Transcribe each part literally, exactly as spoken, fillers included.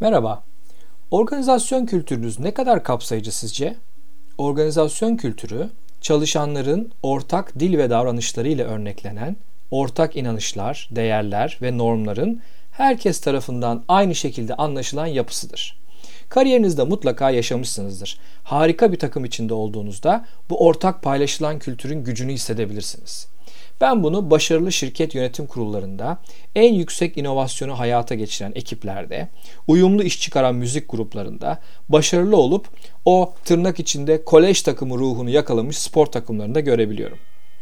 Merhaba. Organizasyon kültürünüz ne kadar kapsayıcı sizce? Organizasyon kültürü, çalışanların ortak dil ve davranışları ile örneklenen, ortak inanışlar, değerler ve normların herkes tarafından aynı şekilde anlaşılan yapısıdır. Kariyerinizde mutlaka yaşamışsınızdır. Harika bir takım içinde olduğunuzda bu ortak paylaşılan kültürün gücünü hissedebilirsiniz. Ben bunu başarılı şirket yönetim kurullarında, en yüksek inovasyonu hayata geçiren ekiplerde, uyumlu iş çıkaran müzik gruplarında, başarılı olup o tırnak içinde kolej takımı ruhunu yakalamış spor takımlarında görebiliyorum.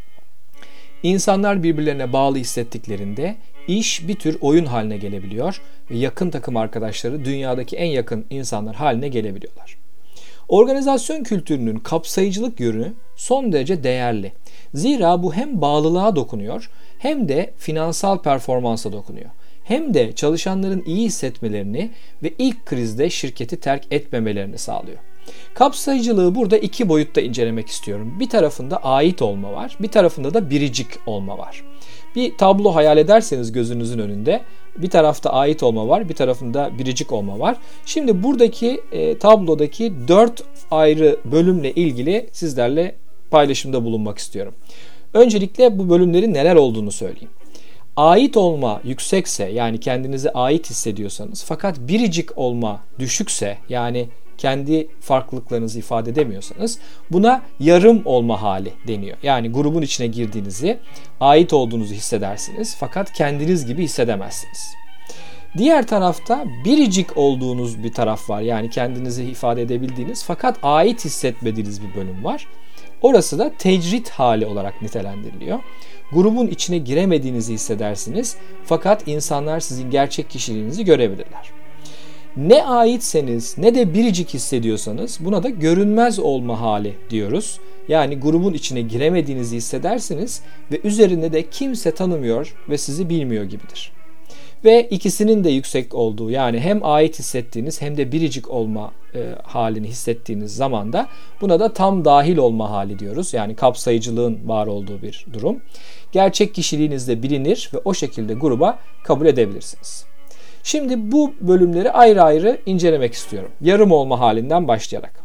İnsanlar birbirlerine bağlı hissettiklerinde iş bir tür oyun haline gelebiliyor ve yakın takım arkadaşları dünyadaki en yakın insanlar haline gelebiliyorlar. Organizasyon kültürünün kapsayıcılık yönü son derece değerli. Zira bu hem bağlılığa dokunuyor hem de finansal performansa dokunuyor. Hem de çalışanların iyi hissetmelerini ve ilk krizde şirketi terk etmemelerini sağlıyor. Kapsayıcılığı burada iki boyutta incelemek istiyorum. Bir tarafında ait olma var, bir tarafında da biricik olma var. Bir tablo hayal ederseniz gözünüzün önünde bir tarafta ait olma var, bir tarafında biricik olma var. Şimdi buradaki e, tablodaki dört ayrı bölümle ilgili sizlerle paylaşımda bulunmak istiyorum. Öncelikle bu bölümlerin neler olduğunu söyleyeyim. Ait olma yüksekse, yani kendinize ait hissediyorsanız, fakat biricik olma düşükse, yani kendi farklılıklarınızı ifade edemiyorsanız, buna yarım olma hali deniyor. Yani grubun içine girdiğinizi, ait olduğunuzu hissedersiniz fakat kendiniz gibi hissedemezsiniz. Diğer tarafta biricik olduğunuz bir taraf var. Yani kendinizi ifade edebildiğiniz fakat ait hissetmediğiniz bir bölüm var. Orası da tecrit hali olarak nitelendiriliyor. Grubun içine giremediğinizi hissedersiniz fakat insanlar sizin gerçek kişiliğinizi görebilirler. Ne aitseniz ne de biricik hissediyorsanız buna da görünmez olma hali diyoruz. Yani grubun içine giremediğinizi hissedersiniz ve üzerinde de kimse tanımıyor ve sizi bilmiyor gibidir. Ve ikisinin de yüksek olduğu, yani hem ait hissettiğiniz hem de biricik olma e, halini hissettiğiniz zaman da buna da tam dahil olma hali diyoruz. Yani kapsayıcılığın var olduğu bir durum. Gerçek kişiliğiniz de bilinir ve o şekilde gruba kabul edebilirsiniz. Şimdi bu bölümleri ayrı ayrı incelemek istiyorum. Yarım olma halinden başlayarak.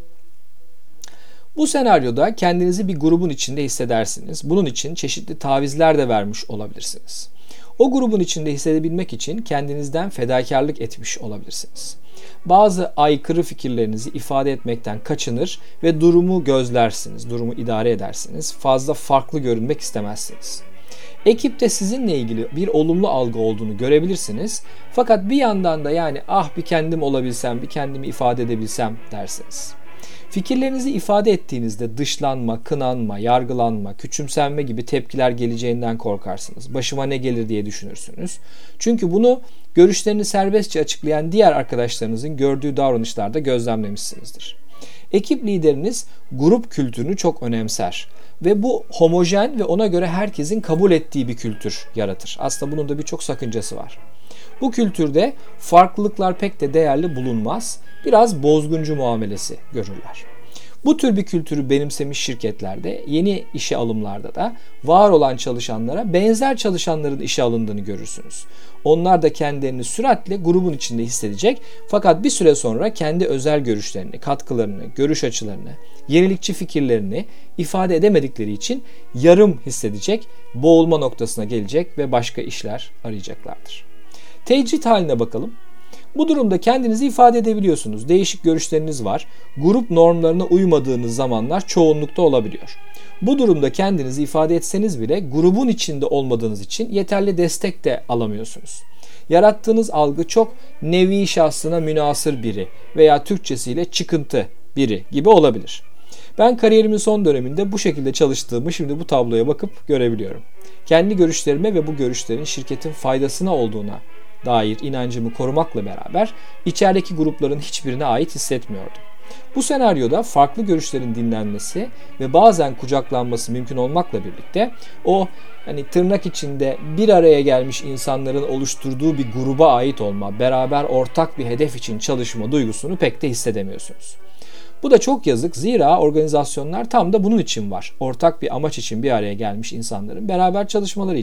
Bu senaryoda kendinizi bir grubun içinde hissedersiniz. Bunun için çeşitli tavizler de vermiş olabilirsiniz. O grubun içinde hissedebilmek için kendinizden fedakarlık etmiş olabilirsiniz. Bazı aykırı fikirlerinizi ifade etmekten kaçınır ve durumu gözlersiniz, durumu idare edersiniz. Fazla farklı görünmek istemezsiniz. Ekipte sizinle ilgili bir olumlu algı olduğunu görebilirsiniz. Fakat bir yandan da yani ah bir kendim olabilsem, bir kendimi ifade edebilsem dersiniz. Fikirlerinizi ifade ettiğinizde dışlanma, kınanma, yargılanma, küçümsenme gibi tepkiler geleceğinden korkarsınız. Başıma ne gelir diye düşünürsünüz. Çünkü bunu görüşlerini serbestçe açıklayan diğer arkadaşlarınızın gördüğü davranışlarda gözlemlemişsinizdir. Ekip lideriniz grup kültürünü çok önemser ve bu homojen ve ona göre herkesin kabul ettiği bir kültür yaratır. Aslında bunun da birçok sakıncası var. Bu kültürde farklılıklar pek de değerli bulunmaz, biraz bozguncu muamelesi görürler. Bu tür bir kültürü benimsemiş şirketlerde, yeni işe alımlarda da var olan çalışanlara benzer çalışanların işe alındığını görürsünüz. Onlar da kendilerini süratle grubun içinde hissedecek fakat bir süre sonra kendi özel görüşlerini, katkılarını, görüş açılarını, yenilikçi fikirlerini ifade edemedikleri için yarım hissedecek, boğulma noktasına gelecek ve başka işler arayacaklardır. Tecrit haline bakalım. Bu durumda kendinizi ifade edebiliyorsunuz. Değişik görüşleriniz var. Grup normlarına uymadığınız zamanlar çoğunlukta olabiliyor. Bu durumda kendinizi ifade etseniz bile grubun içinde olmadığınız için yeterli destek de alamıyorsunuz. Yarattığınız algı çok nevi şahsına münasır biri veya Türkçesiyle çıkıntı biri gibi olabilir. Ben kariyerimin son döneminde bu şekilde çalıştığımı şimdi bu tabloya bakıp görebiliyorum. Kendi görüşlerime ve bu görüşlerin şirketin faydasına olduğuna dair inancımı korumakla beraber içerideki grupların hiçbirine ait hissetmiyordum. Bu senaryoda farklı görüşlerin dinlenmesi ve bazen kucaklanması mümkün olmakla birlikte o hani tırnak içinde bir araya gelmiş insanların oluşturduğu bir gruba ait olma, beraber ortak bir hedef için çalışma duygusunu pek de hissedemiyorsunuz. Bu da çok yazık, zira organizasyonlar tam da bunun için var. Ortak bir amaç için bir araya gelmiş insanların beraber çalışmaları için.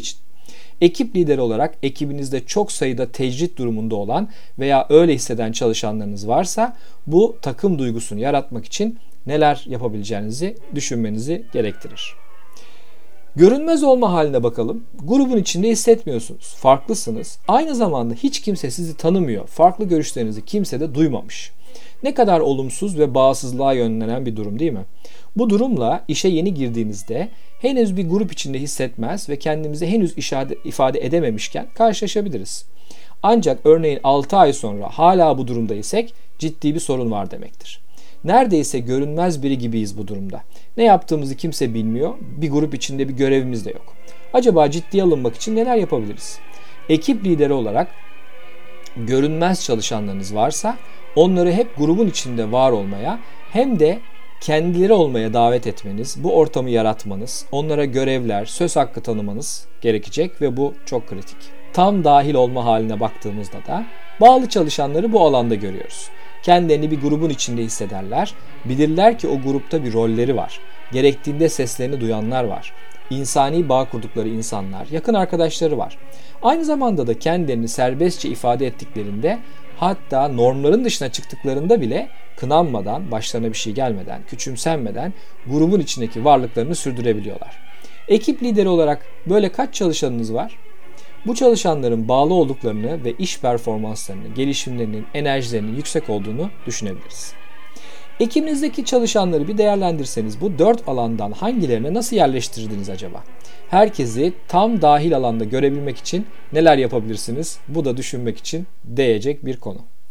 Ekip lideri olarak ekibinizde çok sayıda tecrit durumunda olan veya öyle hisseden çalışanlarınız varsa bu takım duygusunu yaratmak için neler yapabileceğinizi düşünmenizi gerektirir. Görünmez olma haline bakalım. Grubun içinde hissetmiyorsunuz. Farklısınız. Aynı zamanda hiç kimse sizi tanımıyor. Farklı görüşlerinizi kimse de duymamış. Ne kadar olumsuz ve bağımsızlığa yönlenen bir durum değil mi? Bu durumla işe yeni girdiğinizde henüz bir grup içinde hissetmez ve kendimizi henüz ifade edememişken karşılaşabiliriz. Ancak örneğin altı ay sonra hala bu durumda isek ciddi bir sorun var demektir. Neredeyse görünmez biri gibiyiz bu durumda. Ne yaptığımızı kimse bilmiyor, bir grup içinde bir görevimiz de yok. Acaba ciddiye alınmak için neler yapabiliriz? Ekip lideri olarak görünmez çalışanlarınız varsa onları hep grubun içinde var olmaya hem de kendileri olmaya davet etmeniz, bu ortamı yaratmanız, onlara görevler, söz hakkı tanımanız gerekecek ve bu çok kritik. Tam dahil olma haline baktığımızda da bağlı çalışanları bu alanda görüyoruz. Kendilerini bir grubun içinde hissederler, bilirler ki o grupta bir rolleri var. Gerektiğinde seslerini duyanlar var. İnsani bağ kurdukları insanlar, yakın arkadaşları var. Aynı zamanda da kendilerini serbestçe ifade ettiklerinde, hatta normların dışına çıktıklarında bile kınanmadan, başlarına bir şey gelmeden, küçümsenmeden grubun içindeki varlıklarını sürdürebiliyorlar. Ekip lideri olarak böyle kaç çalışanınız var? Bu çalışanların bağlı olduklarını ve iş performanslarının, gelişimlerinin, enerjilerinin yüksek olduğunu düşünebiliriz. Ekibinizdeki çalışanları bir değerlendirseniz bu dört alandan hangilerine nasıl yerleştirdiniz acaba? Herkesi tam dahil alanda görebilmek için neler yapabilirsiniz? Bu da düşünmek için değecek bir konu.